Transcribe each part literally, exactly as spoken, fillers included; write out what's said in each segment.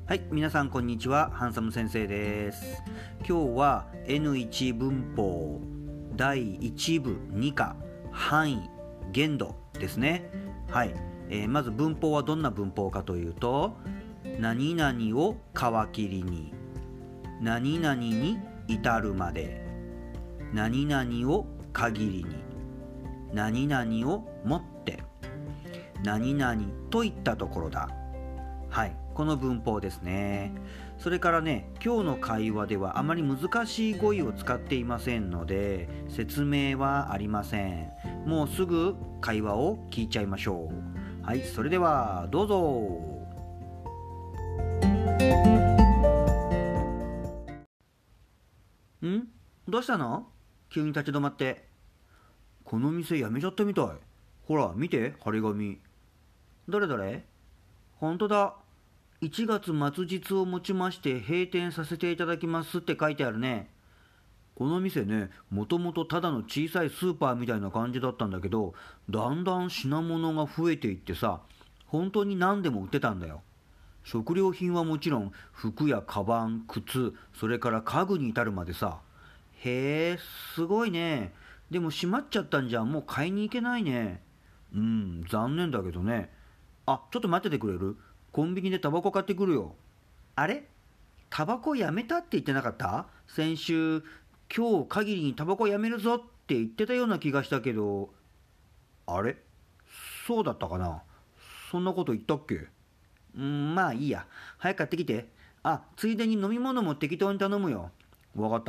はい、皆さんこんにちは。ハンサム先生です。今日は エヌワン 文法だいいち部に課範囲限度ですね。はい、えー、まず文法はどんな文法かというと、何々を皮切りに、何々に至るまで、何々を限りに、何々をもって、何々といったところだ。はい、この文法ですね。それからね、今日の会話ではあまり難しい語彙を使っていませんので、説明はありません。もうすぐ会話を聞いちゃいましょう。はい、それではどうぞ。ん？どうしたの？急に立ち止まって。この店辞めちゃったみたい。ほら、見て、張り紙。どれどれ？ほんとだ。いちがつ末日をもちまして閉店させていただきますって書いてあるね。この店ね、もともとただの小さいスーパーみたいな感じだったんだけど、だんだん品物が増えていってさ、本当に何でも売ってたんだよ。食料品はもちろん、服やカバン、靴、それから家具に至るまでさ。へえ、すごいね。でも閉まっちゃったんじゃもう買いに行けないね。うん、残念だけどね。あ、ちょっと待っててくれる？コンビニでタバコ買ってくるよ。あれ？タバコやめたって言ってなかった？先週、今日限りにタバコやめるぞって言ってたような気がしたけど。あれ？そうだったかな？そんなこと言ったっけ？うん、まあいいや。早く買ってきて。あ、ついでに飲み物も適当に頼むよ。わかった。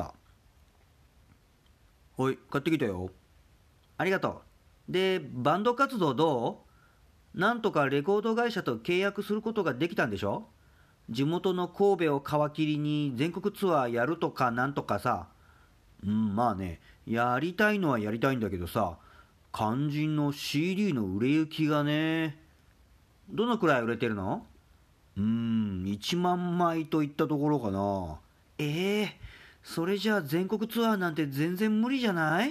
はい、買ってきたよ。ありがとう。で、バンド活動どう？なんとかレコード会社と契約することができたんでしょ？地元の神戸を皮切りに全国ツアーやるとかなんとかさ。うん、まあね、やりたいのはやりたいんだけどさ、肝心の シーディー の売れ行きがね。どのくらい売れてるの？うーん、いちまんまいといったところかな。ええー、それじゃあ全国ツアーなんて全然無理じゃない？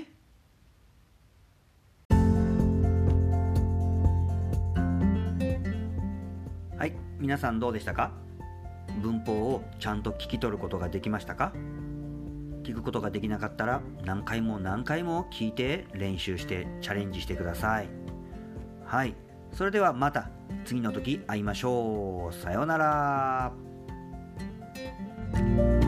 はい、皆さんどうでしたか？文法をちゃんと聞き取ることができましたか？聞くことができなかったら何回も何回も聞いて練習してチャレンジしてください。はい、それではまた次の時会いましょう。さようなら。